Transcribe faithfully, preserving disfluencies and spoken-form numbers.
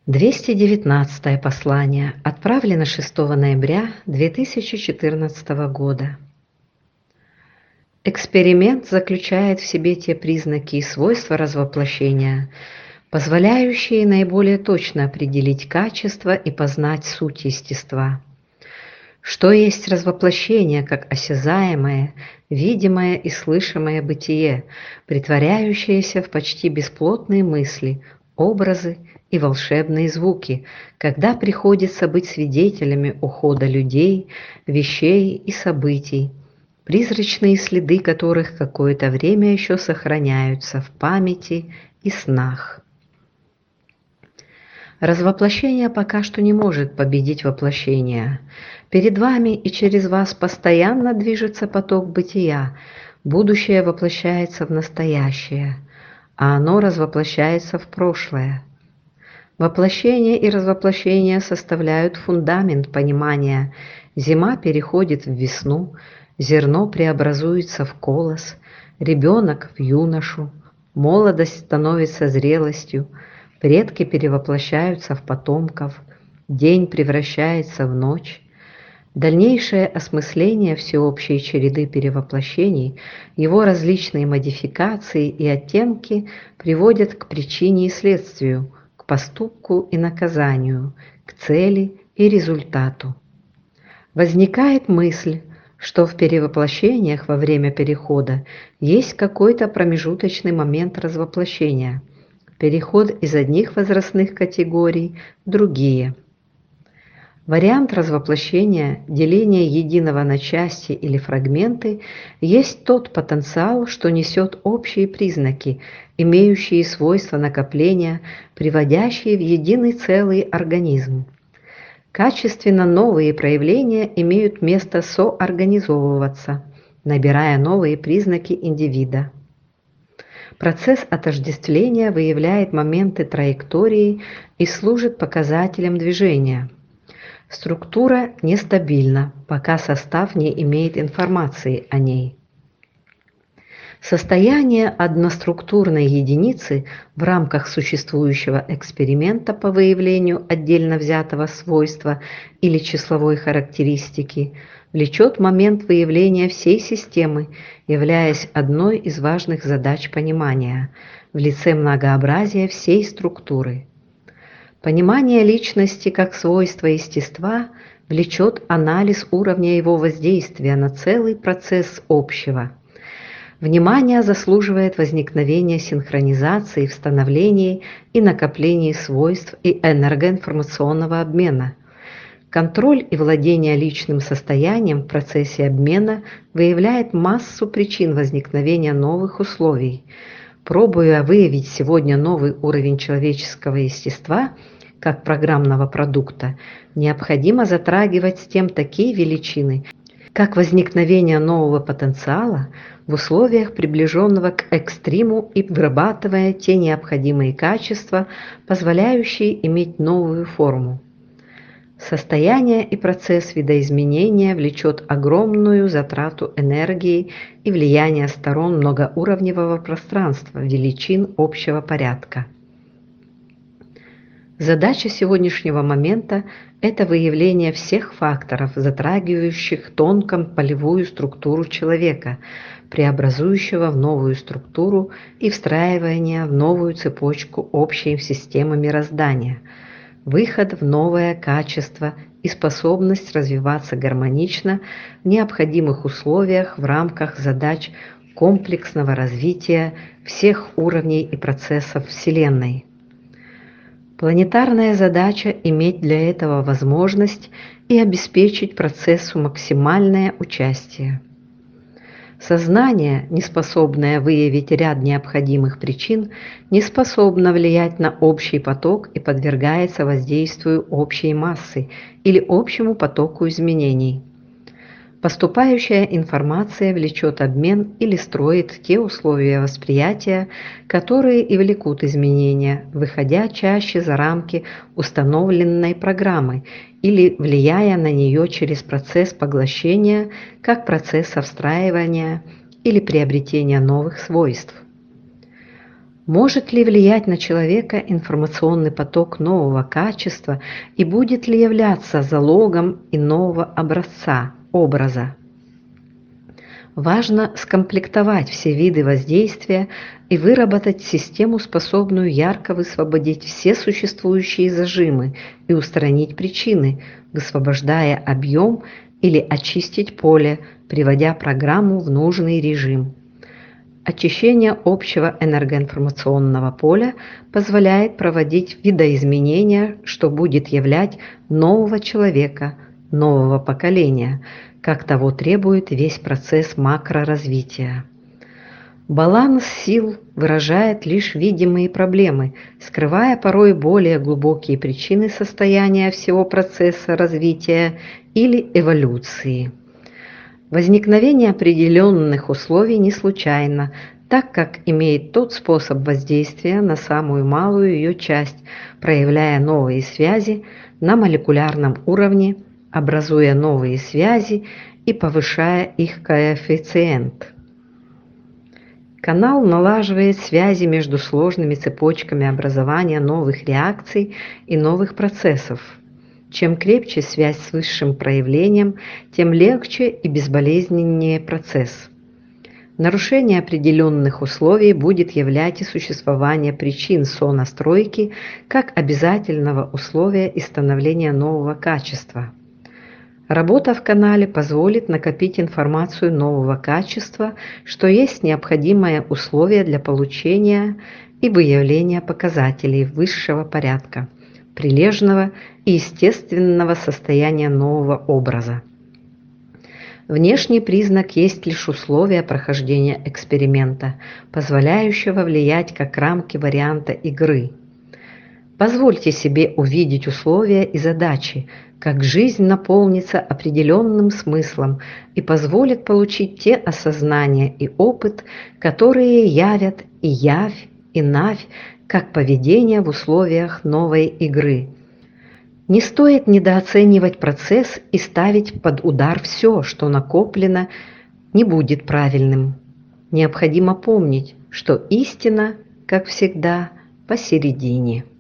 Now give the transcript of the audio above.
двести девятнадцатое послание отправлено шестого ноября две тысячи четырнадцатого года. Эксперимент заключает в себе те признаки и свойства развоплощения, позволяющие наиболее точно определить качество и познать суть естества. Что есть развоплощение, как осязаемое, видимое и слышимое бытие, претворяющееся в почти бесплотные мысли, образы и волшебные звуки, когда приходится быть свидетелями ухода людей, вещей и событий, призрачные следы которых какое-то время еще сохраняются в памяти и снах. Развоплощение пока что не может победить воплощение. Перед вами и через вас постоянно движется поток бытия, будущее воплощается в настоящее, а оно развоплощается в прошлое. Воплощение и развоплощение составляют фундамент понимания. Зима переходит в весну, зерно преобразуется в колос, ребенок в юношу, молодость становится зрелостью, предки перевоплощаются в потомков, день превращается в ночь. Дальнейшее осмысление всеобщей череды перевоплощений, его различные модификации и оттенки приводят к причине и следствию, к поступку и наказанию, к цели и результату. Возникает мысль, что в перевоплощениях во время перехода есть какой-то промежуточный момент развоплощения, переход из одних возрастных категорий в другие. Вариант развоплощения, деления единого на части или фрагменты, есть тот потенциал, что несет общие признаки, имеющие свойства накопления, приводящие в единый целый организм. Качественно новые проявления имеют место соорганизовываться, набирая новые признаки индивида. Процесс отождествления выявляет моменты траектории и служит показателем движения. Структура нестабильна, пока состав не имеет информации о ней. Состояние одноструктурной единицы в рамках существующего эксперимента по выявлению отдельно взятого свойства или числовой характеристики влечет момент выявления всей системы, являясь одной из важных задач понимания в лице многообразия всей структуры. Понимание личности как свойства естества влечет анализ уровня его воздействия на целый процесс общего. Внимание заслуживает возникновения синхронизации в становлении и накоплении свойств и энергоинформационного обмена. Контроль и владение личным состоянием в процессе обмена выявляет массу причин возникновения новых условий. Пробуя выявить сегодня новый уровень человеческого естества как программного продукта, необходимо затрагивать с тем такие величины, как возникновение нового потенциала в условиях, приближенного к экстриму, и вырабатывая те необходимые качества, позволяющие иметь новую форму. Состояние и процесс видоизменения влечет огромную затрату энергии и влияние сторон многоуровневого пространства, величин общего порядка. Задача сегодняшнего момента – это выявление всех факторов, затрагивающих тонко полевую структуру человека, преобразующего в новую структуру и встраивание в новую цепочку общей системы мироздания, выход в новое качество и способность развиваться гармонично в необходимых условиях в рамках задач комплексного развития всех уровней и процессов Вселенной. Планетарная задача – иметь для этого возможность и обеспечить процессу максимальное участие. Сознание, неспособное выявить ряд необходимых причин, не способно влиять на общий поток и подвергается воздействию общей массы или общему потоку изменений. Поступающая информация влечет обмен или строит те условия восприятия, которые и влекут изменения, выходя чаще за рамки установленной программы или влияя на нее через процесс поглощения, как процесс встраивания или приобретения новых свойств. Может ли влиять на человека информационный поток нового качества и будет ли являться залогом иного образца, образа? Важно скомплектовать все виды воздействия и выработать систему, способную ярко высвободить все существующие зажимы и устранить причины, высвобождая объем или очистить поле, приводя программу в нужный режим. Очищение общего энергоинформационного поля позволяет проводить видоизменения, что будет являть нового человека, нового поколения, как того требует весь процесс макроразвития. Баланс сил выражает лишь видимые проблемы, скрывая порой более глубокие причины состояния всего процесса развития или эволюции. Возникновение определенных условий не случайно, так как имеет тот способ воздействия на самую малую ее часть, проявляя новые связи на молекулярном уровне, образуя новые связи и повышая их коэффициент. Канал налаживает связи между сложными цепочками образования новых реакций и новых процессов. Чем крепче связь с высшим проявлением, тем легче и безболезненнее процесс. Нарушение определенных условий будет являть и существование причин сонастройки как обязательного условия и становления нового качества. Работа в канале позволит накопить информацию нового качества, что есть необходимое условие для получения и выявления показателей высшего порядка, прилежного и естественного состояния нового образа. Внешний признак есть лишь условие прохождения эксперимента, позволяющего влиять как рамки варианта игры. Позвольте себе увидеть условия и задачи, как жизнь наполнится определенным смыслом и позволит получить те осознания и опыт, которые явят и явь, и навь, как поведение в условиях новой игры. Не стоит недооценивать процесс и ставить под удар все, что накоплено, не будет правильным. Необходимо помнить, что истина, как всегда, посередине.